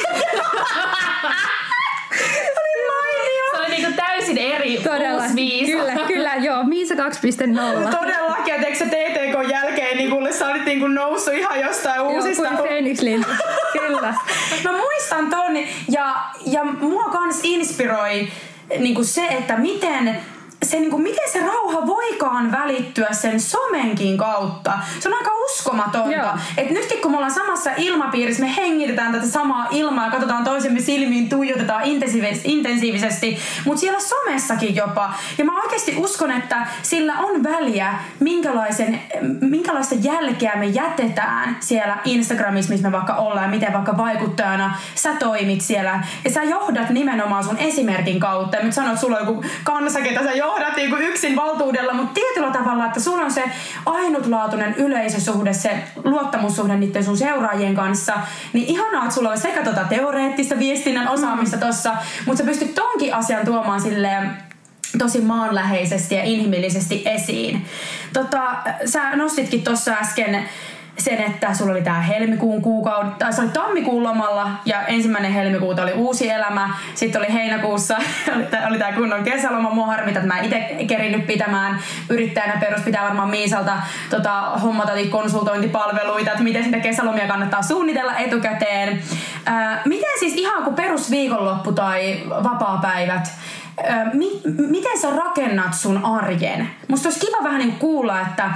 Se oli niinku täysin eri. Todella. Kyllä, joo. Miisa 2.0. Todellakin, että eikö se TTK jälkeen niin kuule sä olit niinku noussut ihan jostain uusista. Joo, kuin Phoenix-lintu. Kyllä. Mä muistan ton ja mua kans inspiroi niinku se, että miten se rauha voikaan välittyä sen somenkin kautta. Se on aika uskomatonta. Että nytkin kun me ollaan samassa ilmapiirissä, me hengitetään tätä samaa ilmaa ja katsotaan toisemme silmiin, tuijotetaan intensiivisesti, mutta siellä somessakin jopa. Ja mä oikeasti uskon, että sillä on väliä, minkälaista jälkeä me jätetään siellä Instagramissa, missä me vaikka ollaan, miten vaikka vaikuttajana sä toimit siellä. Ja sä johdat nimenomaan sun esimerkin kautta. Ja nyt sanoo, että sulla on joku kansa, ketä sä johdat niinku yksin valtuudella, mutta tietyllä tavalla, että sulla on se ainutlaatuinen yleisösuhde, se luottamussuhde niiden sun seuraajien kanssa, niin ihanaa, että sulla on sekä teoreettista viestinnän osaamista tossa, mutta sä pystyt tonkin asian tuomaan silleen tosi maanläheisesti ja inhimillisesti esiin. Sä nostitkin tossa äsken sen, että sulla oli tää helmikuun tai se oli tammikuun lomalla ja 1. helmikuuta oli uusi elämä. Sitten oli heinäkuussa, oli tää kunnon kesäloma. Mua harmita, että mä ite kerinnyt pitämään yrittäjänä pitää varmaan Miisalta hommata konsultointipalveluita, että miten sitä kesälomia kannattaa suunnitella etukäteen. Miten siis ihan kuin perusviikonloppu tai vapaapäivät, miten sä rakennat sun arjen? Musta olisi kiva vähän niin kuulla, että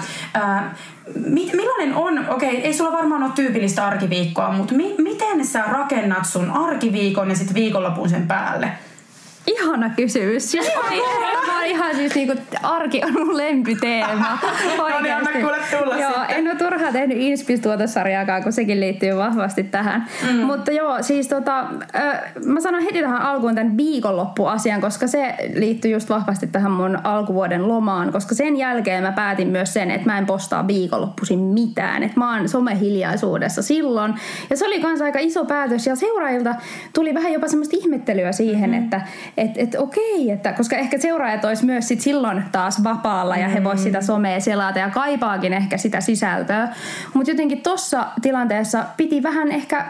millainen on, ei sulla varmaan ole tyypillistä arkiviikkoa, mutta miten sä rakennat sun arkiviikon ja sitten viikonlopun sen päälle? Ihana kysymys. Siis mä oon ihan siis niinku, arki on mun lempiteema. No niin, anna kuule tulla joo, sitten. En ole turhaan tehnyt Inspis-tuotesarjaakaan, kun sekin liittyy vahvasti tähän. Mutta joo, siis mä sanon heti tähän alkuun tämän viikonloppuasian, koska se liittyy just vahvasti tähän mun alkuvuoden lomaan, koska sen jälkeen mä päätin myös sen, että mä en postaa viikonloppuisin mitään. Että mä oon somehiljaisuudessa silloin. Ja se oli kans aika iso päätös ja seuraajilta tuli vähän jopa semmoista ihmettelyä siihen, että okei, että koska ehkä seuraajat olisi myös sit silloin taas vapaalla ja he vois sitä somea selata ja kaipaakin ehkä sitä sisältöä. Mutta jotenkin tossa tilanteessa piti vähän ehkä,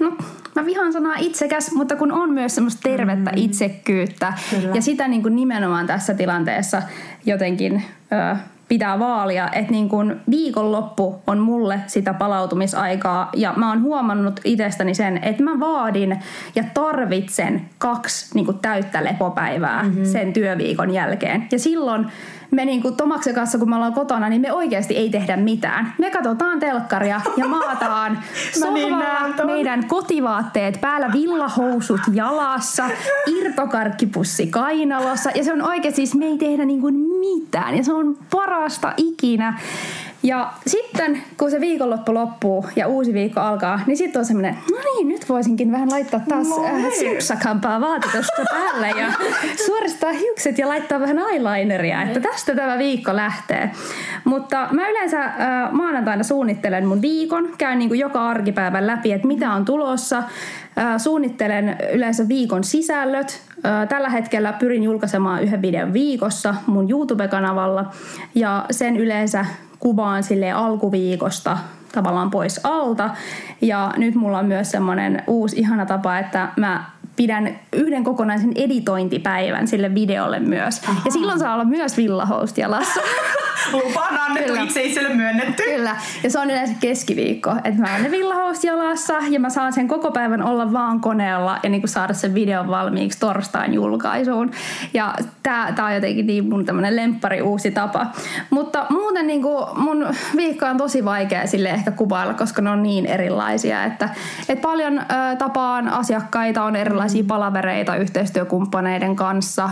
mä vihaan sanaa itsekäs, mutta kun on myös semmoista tervettä itsekkyyttä ja sitä niin kuin nimenomaan tässä tilanteessa jotenkin pitää vaalia, että niin kun viikonloppu on mulle sitä palautumisaikaa ja mä oon huomannut itsestäni sen, että mä vaadin ja tarvitsen 2 niin kun täyttä lepopäivää sen työviikon jälkeen. Ja silloin me niin kuin Tomaksen kanssa, kun me ollaan kotona, niin me oikeasti ei tehdä mitään. Me katsotaan telkkaria ja maataan sohvalla meidän kotivaatteet päällä, villahousut jalassa, irtokarkkipussi kainalossa. Ja se on oikeasti, siis me ei tehdä niin kuin mitään. Ja se on parasta ikinä. Ja sitten, kun se viikonloppu loppuu ja uusi viikko alkaa, niin sitten on semmoinen, no niin, nyt voisinkin vähän laittaa taas sipsakampaa vaatetusta päälle ja suoristaa hiukset ja laittaa vähän eyelineria, että tästä tämä viikko lähtee. Mutta mä yleensä maanantaina suunnittelen mun viikon, käyn niin kuin joka arkipäivän läpi, että mitä on tulossa. Suunnittelen yleensä viikon sisällöt. Tällä hetkellä pyrin julkaisemaan 1 videon viikossa mun YouTube-kanavalla ja sen yleensä kuvaan silleen alkuviikosta tavallaan pois alta. Ja nyt mulla on myös semmoinen uusi ihana tapa, että mä pidän 1 kokonaisen editointipäivän sille videolle myös. Aha. Ja silloin saa olla myös villahousut jalassa. Lupaan annettu, itse itselle myönnetty. Kyllä. Ja se on yleensä keskiviikko. Että mä oon ne villahousut jalassa ja mä saan sen koko päivän olla vaan koneella ja niin saada sen videon valmiiksi torstain julkaisuun. Ja tää on jotenkin niin mun tämmönen lemppari uusi tapa. Mutta muuten niin mun viikko on tosi vaikea sille ehkä kuvailla, koska ne on niin erilaisia. Että paljon tapaan asiakkaita, on erilaisia palavereita yhteistyökumppaneiden kanssa,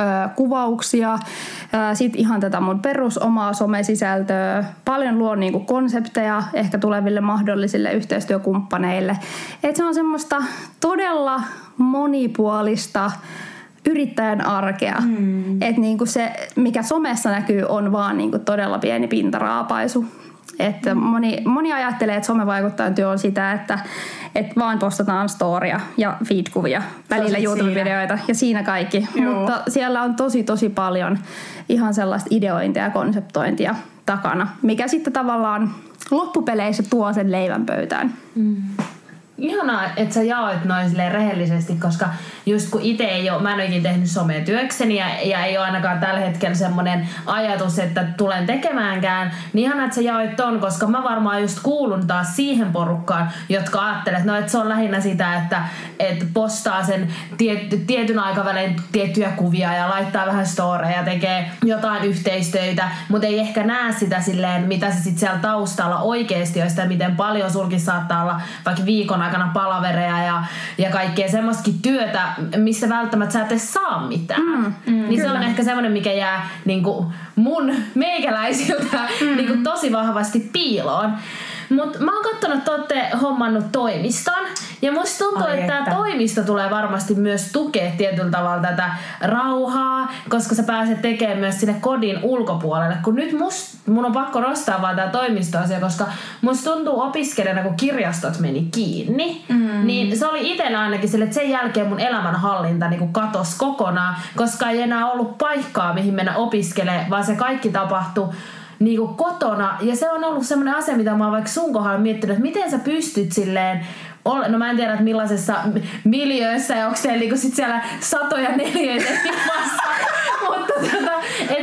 kuvauksia, sitten ihan tätä mun perusomaa somesisältöä. Paljon luon niinku konsepteja ehkä tuleville mahdollisille yhteistyökumppaneille. Et se on semmoista todella monipuolista yrittäjän arkea. Että niinku se, mikä somessa näkyy, on vaan niinku todella pieni pintaraapaisu. Että moni ajattelee, että somevaikuttajan työ on sitä, että vaan postataan storia ja feed-kuvia, välillä YouTube-videoita ja siinä kaikki. Joo. Mutta siellä on tosi paljon ihan sellaista ideointia ja konseptointia takana, mikä sitten tavallaan loppupeleissä tuo sen leivän pöytään. Ihanaa, että sä jaoit noin silleen rehellisesti, koska just kun itse ei ole, mä en oikein tehnyt somea työkseni ja ei ole ainakaan tällä hetkellä semmoinen ajatus, että tulen tekemäänkään, niin ihanaa, että sä jaoit ton, koska mä varmaan just kuulun taas siihen porukkaan, jotka ajattelee, että että se on lähinnä sitä, että postaa sen tietyn aikavälein tiettyjä kuvia ja laittaa vähän storeja ja tekee jotain yhteistöitä, mutta ei ehkä näe sitä silleen, mitä se sitten siellä taustalla oikeasti on, sitä miten paljon sulkin saattaa olla vaikka viikon aikana palavereja ja kaikkea semmoistakin työtä, missä välttämättä sä et edes saa mitään. Niin kyllä. Se on ehkä semmoinen, mikä jää niinku mun meikäläisiltä niinku tosi vahvasti piiloon. Mutta mä oon kattonut, että ootte hommannut toimiston. Ja musta tuntuu, että tää toimisto tulee varmasti myös tukea tietyllä tavalla tätä rauhaa, koska sä pääset tekemään myös sinne kodin ulkopuolelle. Kun nyt mun on pakko nostaa vaan tää toimistoasia, koska musta tuntuu opiskelijana, kun kirjastot meni kiinni, niin se oli itsellä ainakin sille, että sen jälkeen mun elämänhallinta niin katosi kokonaan, koska ei enää ollut paikkaa, mihin mennä opiskelemaan, vaan se kaikki tapahtui niinku kotona. Ja se on ollut semmoinen asia, mitä mä oon vaikka sun kohdalla miettinyt, että miten sä pystyt silleen, no mä en tiedä, että millaisessa miljöössä ja onko teillä niinku sit siellä satoja neliöitä ilmassa, mutta että miten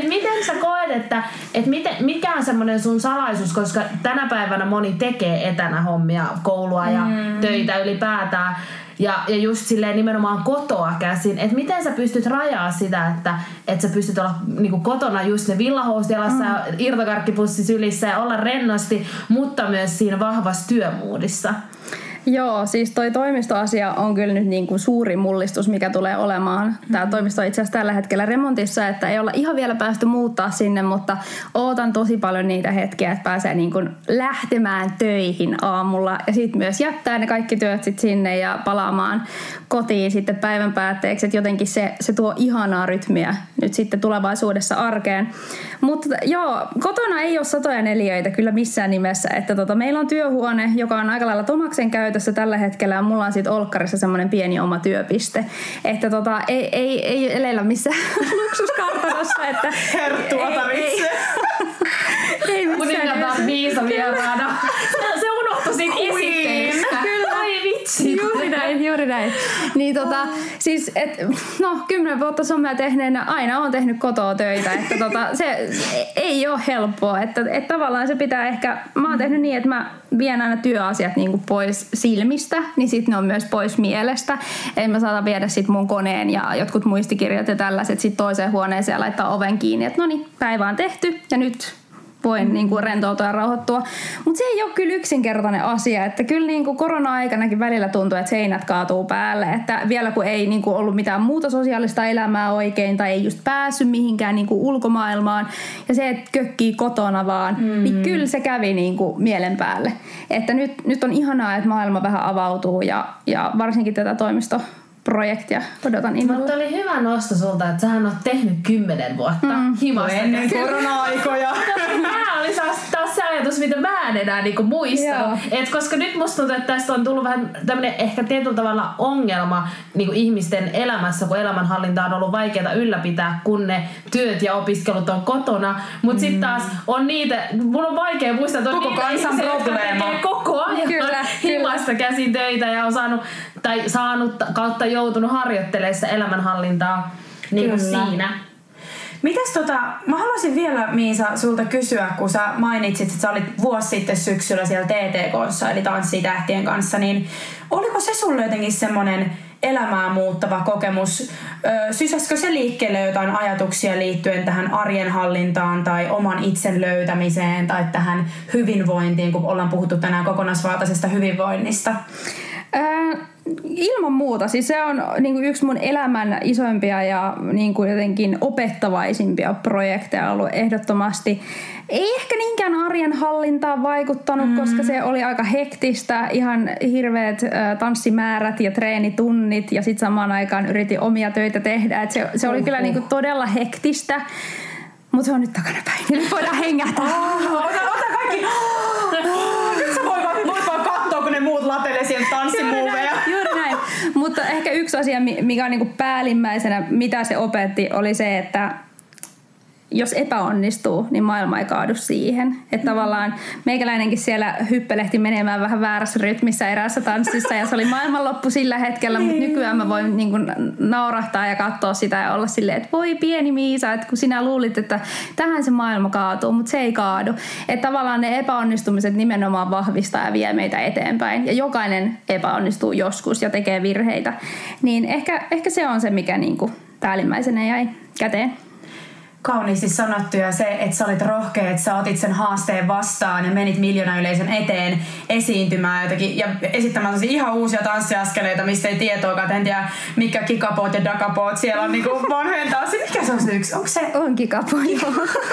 sä koet, että mikä on semmoinen sun salaisuus, koska tänä päivänä moni tekee etänä hommia, koulua ja töitä ylipäätään. Ja just silleen nimenomaan kotoa käsin, että miten sä pystyt rajaa sitä, että sä pystyt olla niinku kotona just ne villahousut jalassa ja irtokarkkipussi sylissä ja olla rennosti, mutta myös siinä vahvassa työmuudissa. Joo, siis toi toimistoasia on kyllä nyt niin kuin suuri mullistus, mikä tulee olemaan. Tämä toimisto on itse asiassa tällä hetkellä remontissa, että ei olla ihan vielä päästy muuttaa sinne, mutta ootan tosi paljon niitä hetkiä, että pääsee niin kuin lähtemään töihin aamulla ja sitten myös jättää ne kaikki työt sit sinne ja palaamaan kotiin sitten päivän päätteeksi, että jotenkin se tuo ihanaa rytmiä nyt sitten tulevaisuudessa arkeen. Mutta joo, kotona ei ole satoja neliöitä kyllä missään nimessä, että meillä on työhuone, joka on aika lailla Tomaksen käytössä tällä hetkellä ja mulla on sitten olkkarissa semmoinen pieni oma työpiste, että ei eleillä missään luksuskartanossa, että Herttua tarvitsee. ei missään Kuningatar Miisa vieraana. Se unohtui siinä esittelystä. Kyllä. Ai vitsi. Juuri näin. Niin siis 10 vuotta somea tehneenä aina olen tehnyt kotoa töitä, että se ei ole helppoa, että tavallaan se pitää ehkä, mä oon tehnyt niin, että mä vien aina työasiat niinku pois silmistä, niin sitten ne on myös pois mielestä. Ei mä saata viedä sit mun koneen ja jotkut muistikirjat ja tällaiset sit toiseen huoneeseen ja laittaa oven kiinni, että no niin, päivä on tehty ja nyt voin niinku rentoutua ja rauhoittua. Mutta se ei ole kyllä yksinkertainen asia, että kyllä niinku korona-aikanakin välillä tuntuu, että seinät kaatuu päälle, että vielä kun ei niinku ollut mitään muuta sosiaalista elämää oikein tai ei just päässyt mihinkään niinku ulkomaailmaan ja se, että kökkii kotona vaan, niin kyllä se kävi niinku mielen päälle. Että nyt on ihanaa, että maailma vähän avautuu ja varsinkin tätä toimistoprojektia odotan innolla. Mutta oli hyvä nosto sulta, että sähän oot tehnyt 10 vuotta himasta. Ennen korona-aikoja. Tämä oli taas se ajatus, mitä mä en enää niinku muistanut. Et koska nyt musta tuntuu, että tästä on tullut vähän tämmönen ehkä tietyllä tavalla ongelma niinku ihmisten elämässä, kun elämänhallinta on ollut vaikeaa ylläpitää, kun ne työt ja opiskelut on kotona. Mutta sitten taas on niitä, mun on vaikea muistaa, että on koko niitä ihmisiä, jotka tekee koko ajan himasta käsin töitä ja on saanut kautta joutunut harjoittelemaan elämänhallintaa niin kuin siinä. Mites mä haluaisin vielä Miisa sulta kysyä, kun sä mainitsit, että sä olit vuosi sitten syksyllä siellä TTK:ssa, eli Tanssii tähtien kanssa, niin oliko se sulle jotenkin semmonen elämää muuttava kokemus? Sysäskö se liikkeelle jotain ajatuksia liittyen tähän arjen hallintaan tai oman itsen löytämiseen tai tähän hyvinvointiin, kun ollaan puhuttu tänään kokonaisvaltaisesta hyvinvoinnista? Ilman muuta. Siis se on niin yksi mun elämän isoimpia ja niin kuin jotenkin opettavaisimpia projekteja ollut ehdottomasti. Ei ehkä niinkään arjen hallintaan vaikuttanut, koska se oli aika hektistä, ihan hirveät tanssimäärät ja treenitunnit ja sitten samaan aikaan yritin omia töitä tehdä. Et se oli kyllä niin kuin todella hektistä, mutta se on nyt takanapäin, eli voidaan hengähtää. Ota kaikki! Nyt sä voit vaan katsoa, kun ne muut latelee sieltä tanssimuoveja. Juuri näin. Mutta ehkä yksi asia, mikä on niinku päällimmäisenä, mitä se opetti, oli se, että jos epäonnistuu, niin maailma ei kaadu siihen. Että tavallaan meikäläinenkin siellä hyppelehti menemään vähän väärässä rytmissä eräässä tanssissa ja se oli maailmanloppu sillä hetkellä, mutta nykyään mä voin niin kuin naurahtaa ja katsoa sitä ja olla silleen, että voi pieni Miisa, että kun sinä luulit, että tähän se maailma kaatuu, mutta se ei kaadu. Että tavallaan ne epäonnistumiset nimenomaan vahvistaa ja vie meitä eteenpäin ja jokainen epäonnistuu joskus ja tekee virheitä. Niin ehkä se on se, mikä niin kuin päällimmäisenä jäi käteen. Kauniisti sanottu ja se, että sä olit rohkea, että sä otit sen haasteen vastaan ja menit miljoonayleisön eteen esiintymään jotakin ja esittämään ihan uusia tanssiaskeleita, mistä ei tietoakaan. En tiedä, mikä kikapoot ja dakapoot siellä on niinku vanhojen tanssi. Mikä se on se yksi? Onko se? On kikapo, joo.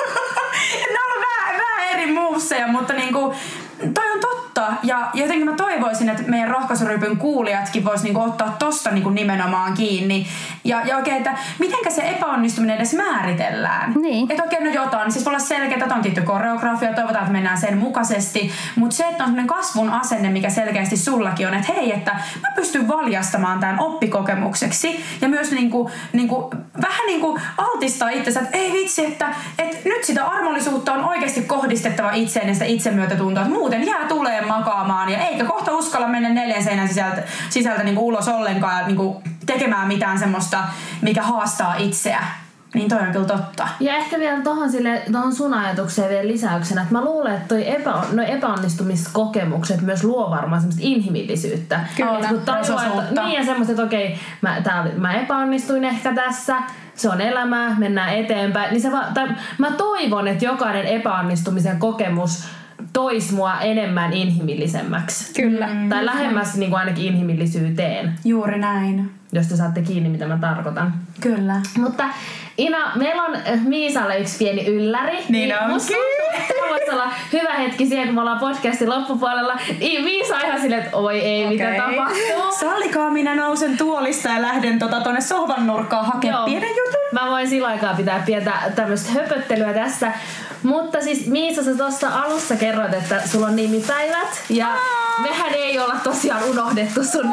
Ne on vähän eri moveseja, mutta niinku toi on totta ja jotenkin mä toivoisin, että meidän rohkaisurypyn kuulijatkin vois niinku ottaa tosta niinku nimenomaan kiinni ja oikein, että mitenkä se epäonnistuminen edes määritellään. Niin. Että oikein no jotain, siis voi olla selkeä, että on tietty koreografia, toivotaan, että mennään sen mukaisesti, mutta se, että on sellainen kasvun asenne, mikä selkeästi sullakin on, että hei, että mä pystyn valjastamaan tämän oppikokemukseksi ja myös niinku vähän niinku altistaa itsensä, että ei vitsi, että nyt sitä armollisuutta on oikeasti kohdistettava itseen ja sitä itsemyötätuntoa, että muuten jää tuleen makaamaan ja eikä kohta uskalla mennä 4 seinän sisältä niinku ulos ollenkaan ja niinku tekemään mitään semmoista, mikä haastaa itseä. niin toi on kyllä totta. Ja ehkä vielä tohon sun ajatukseen vielä lisäyksenä, että mä luulen, että noi epäonnistumiskokemukset myös luo varmaan semmoista inhimillisyyttä. Kyllä, niin ja semmoista, että okei, mä epäonnistuin ehkä tässä, se on elämää, mennään eteenpäin. Niin mä toivon, että jokainen epäonnistumisen kokemus tois mua enemmän inhimillisemmäksi. Kyllä. Tai lähemmäs niin kuin ainakin inhimillisyyteen. Muuri näin. Jos te saatte kiinni, mitä mä tarkoitan. Kyllä. Mutta Ina, meillä on Miisalle yksi pieni ylläri. Niin onkin. Musta voisi olla hyvä hetki siihen, kun me ollaan podcastin loppupuolella. Miisa ihan silleen, että oi ei, mitä tapahtuu. Sallikaa, minä nousen tuolista ja lähden tonne sohvan nurkkaan hakemaan pienen jutun. Mä voin sillä aikaa pitää pientä tämmöistä höpöttelyä tässä. Mutta siis Miisa, sä tuossa alussa kerroit, että sulla on nimipäivät. Ja mehän ei olla tosiaan unohdettu sun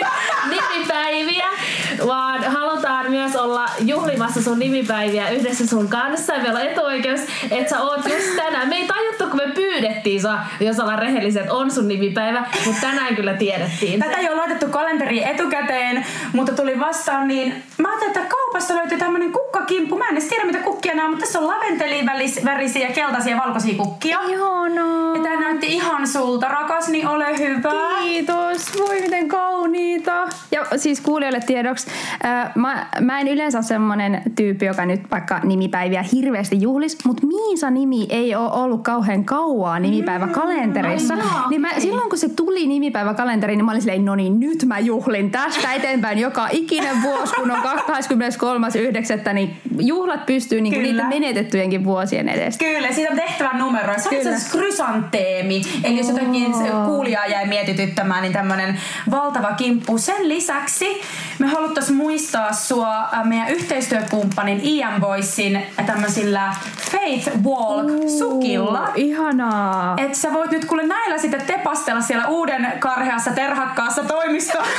nimipäiviä, vaan halutaan myös olla juhlimassa sun nimipäiviä yhdessä sun kanssa. Ja meillä on etuoikeus, että sä oot just tänään. Me ei tajuttu, kun me pyydettiin sua, jos ollaan rehelliset, on sun nimipäivä, mutta tänään kyllä tiedettiin. Tätä ei ole laitettu kalenteriin etukäteen, mutta tuli vastaan, niin mä ajattelin, että kaupasta löytyy tämmönen kukkakimppu. Mä en edes tiedä, mitä kukkia nämä on, mutta tässä on laventelivärisiä, keltaisia ja valkoisia kukkia. Ihanaa. Ja tää näytti ihan sulta, rakas, niin ole hyvä. Kiitos. Voi miten kauniita. Ja siis kuulijoille tiedoksi, mä en yleensä ole semmonen tyyppi, joka nyt vaikka nimipäiviä hirveästi juhlis, mutta Miisa-nimi ei ole ollut kauhean kauaa nimipäiväkalenterissa. Niin silloin kun se tuli nimipäiväkalenteri, niin mä olin silleen, no niin, nyt mä juhlin tästä eteenpäin joka ikinen vuosi, kun on 23.9. niin juhlat pystyy niinku niiden menetettyjenkin vuosien edestä. Kyllä, siitä on tehtävä numero. Se on se krysanteemi. Eli jos jotenkin kuulijaa jäi mietityttämään, niin tämmönen valtava kimppu. Sen lisäksi me haluttais muistaa sua meidän yhteistyökumppanin Ian Boysin tämmöisillä Faith Walk-sukilla. Ihanaa. Et sä voit nyt kuule näillä sitten tepastella siellä uuden karheassa terhakkaassa toimistossa.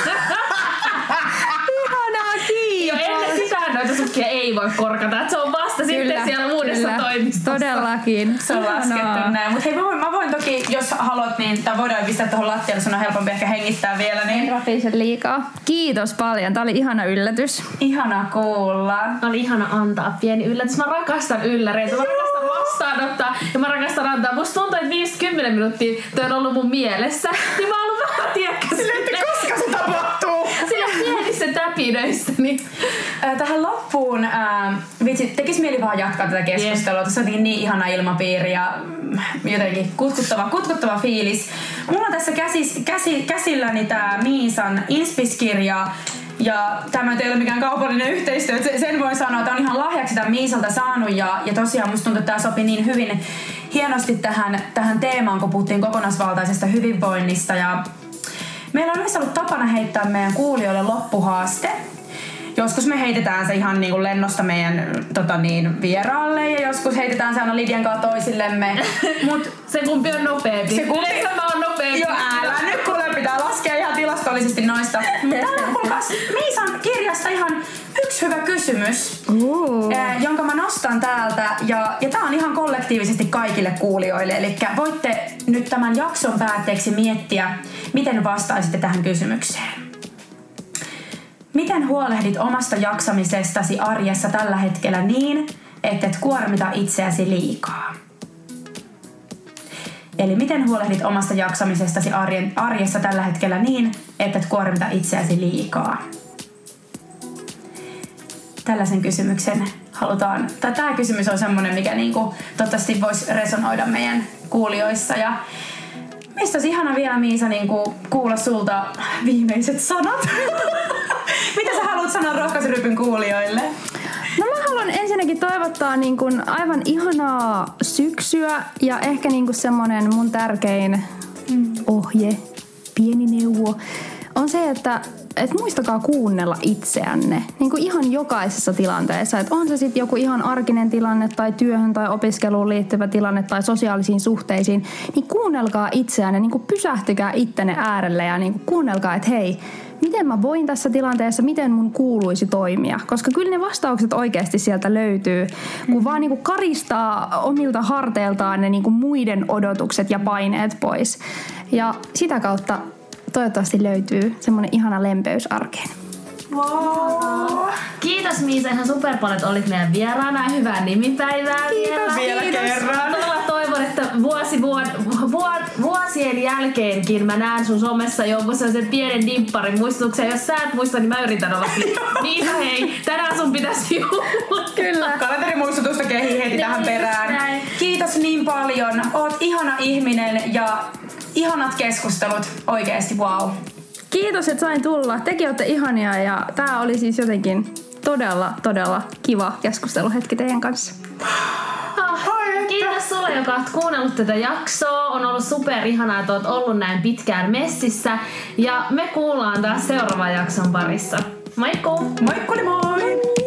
Ihanaa, kiitos. Jo ennen sitä noita sukkia ei voi korkata. Et se on vasta sitten siellä uudessa toimistossa. Todellakin. Se on laskettu näin. Mut hei, mä voin toki, jos haluat, niin tää voidaan pistää tuohon lattialle. Sun on helpompi ehkä hengittää vielä. Niin. Rapisen liikaa. Kiitos paljon. Tää oli ihana yllätys. Ihana kuulla. Oli ihana antaa pieni yllätys. Mä rakastan ylläreitä. Mä rakastan vastaanottaa ja mä rakastan antaa. Musta tuntuu, että 50 minuuttia toi on ollut mun mielessä. Niin mä oon ollut vähän tiekkäs. Koska se tapahtuu? Sillä pienissä täpinöissä. Niin. Tähän loppuun vitsi, tekis mieli vaan jatkaa tätä keskustelua. Tässä on niin ihana ilmapiiri ja jotenkin kutkuttava fiilis. Mulla on tässä käsilläni tää Miisan Inspis-kirja. Ja tämä ei ole mikään kaupallinen yhteistyö. Sen voin sanoa, että on ihan lahjaksi tämän Miisalta saanut. Ja tosiaan musta tuntuu, että tämä sopi niin hyvin hienosti tähän teemaan, kun puhuttiin kokonaisvaltaisesta hyvinvoinnista. Ja meillä on yleensä ollut tapana heittää meidän kuulijoille loppuhaaste. Joskus me heitetään se ihan niin kuin lennosta meidän vieraalle ja joskus heitetään se aina Lidian kanssa toisillemme. Mut se kumpi on nopeampi. Yleensä mä oon nopeampi. Joo, älä nyt kuule pitää laskea ihan tilastollisesti noista. Täällä on kuulkaas Miisan kirjasta ihan yksi hyvä kysymys, jonka mä nostan täältä. Ja tää on ihan kollektiivisesti kaikille kuulijoille. Eli voitte nyt tämän jakson päätteeksi miettiä, miten vastaisitte tähän kysymykseen. Miten huolehdit omasta jaksamisestasi arjessa tällä hetkellä niin, ettet kuormita itseäsi liikaa? Eli miten huolehdit omasta jaksamisestasi arjessa tällä hetkellä niin, ettet kuormita itseäsi liikaa? Tällaisen kysymyksen halutaan, tai tämä kysymys on semmoinen, mikä niinku toivottavasti voisi resonoida meidän kuulijoissa. Ja mistä olisi ihana vielä, Miisa, niinku kuulla sulta viimeiset sanat? Mitä sä haluat sanoa Rohkaisurypyn kuulijoille? No mä haluan ensinnäkin toivottaa niin kuin aivan ihanaa syksyä ja ehkä niin kuin semmonen mun tärkein ohje, pieni neuvo on se, että muistakaa kuunnella itseänne niin kuin ihan jokaisessa tilanteessa. Että on se sitten joku ihan arkinen tilanne tai työhön tai opiskeluun liittyvä tilanne tai sosiaalisiin suhteisiin, niin kuunnelkaa itseänne, niin kuin pysähtykää ittenne äärelle ja niin kuin kuunnelkaa, että hei, miten mä voin tässä tilanteessa, miten mun kuuluisi toimia. Koska kyllä ne vastaukset oikeasti sieltä löytyy, kun vaan niin kuin karistaa omilta harteiltaan ne niin kuin muiden odotukset ja paineet pois. Ja sitä kautta toivottavasti löytyy semmoinen ihana lempeys arkeen. Wow. Kiitos Miisa ihan super paljon, että olit meidän vieraana. Hyvää nimipäivää Vielä kerran. Todella toivon, että vuosien jälkeenkin mä näen sun somessa jonkun sellaisen pienen dimpparin muistutuksen. Jos sä et muista, niin mä yritän olla Miisa, hei, tänään sun pitäisi juhlia. Kyllä. Kalenterimuistutusta kehi heti tähän perään. Näin. Kiitos niin paljon. Oot ihana ihminen ja ihanat keskustelut. Oikeesti wow. Kiitos, että sain tulla. Tekin olette ihania ja tää oli siis jotenkin todella kiva keskusteluhetki teidän kanssa. Kiitos sulle, joka oot kuunnellut tätä jaksoa. On ollut super ihanaa, että oot ollut näin pitkään messissä. Ja me kuullaan taas seuraavan jakson parissa. Moikku! Moikkuli moi!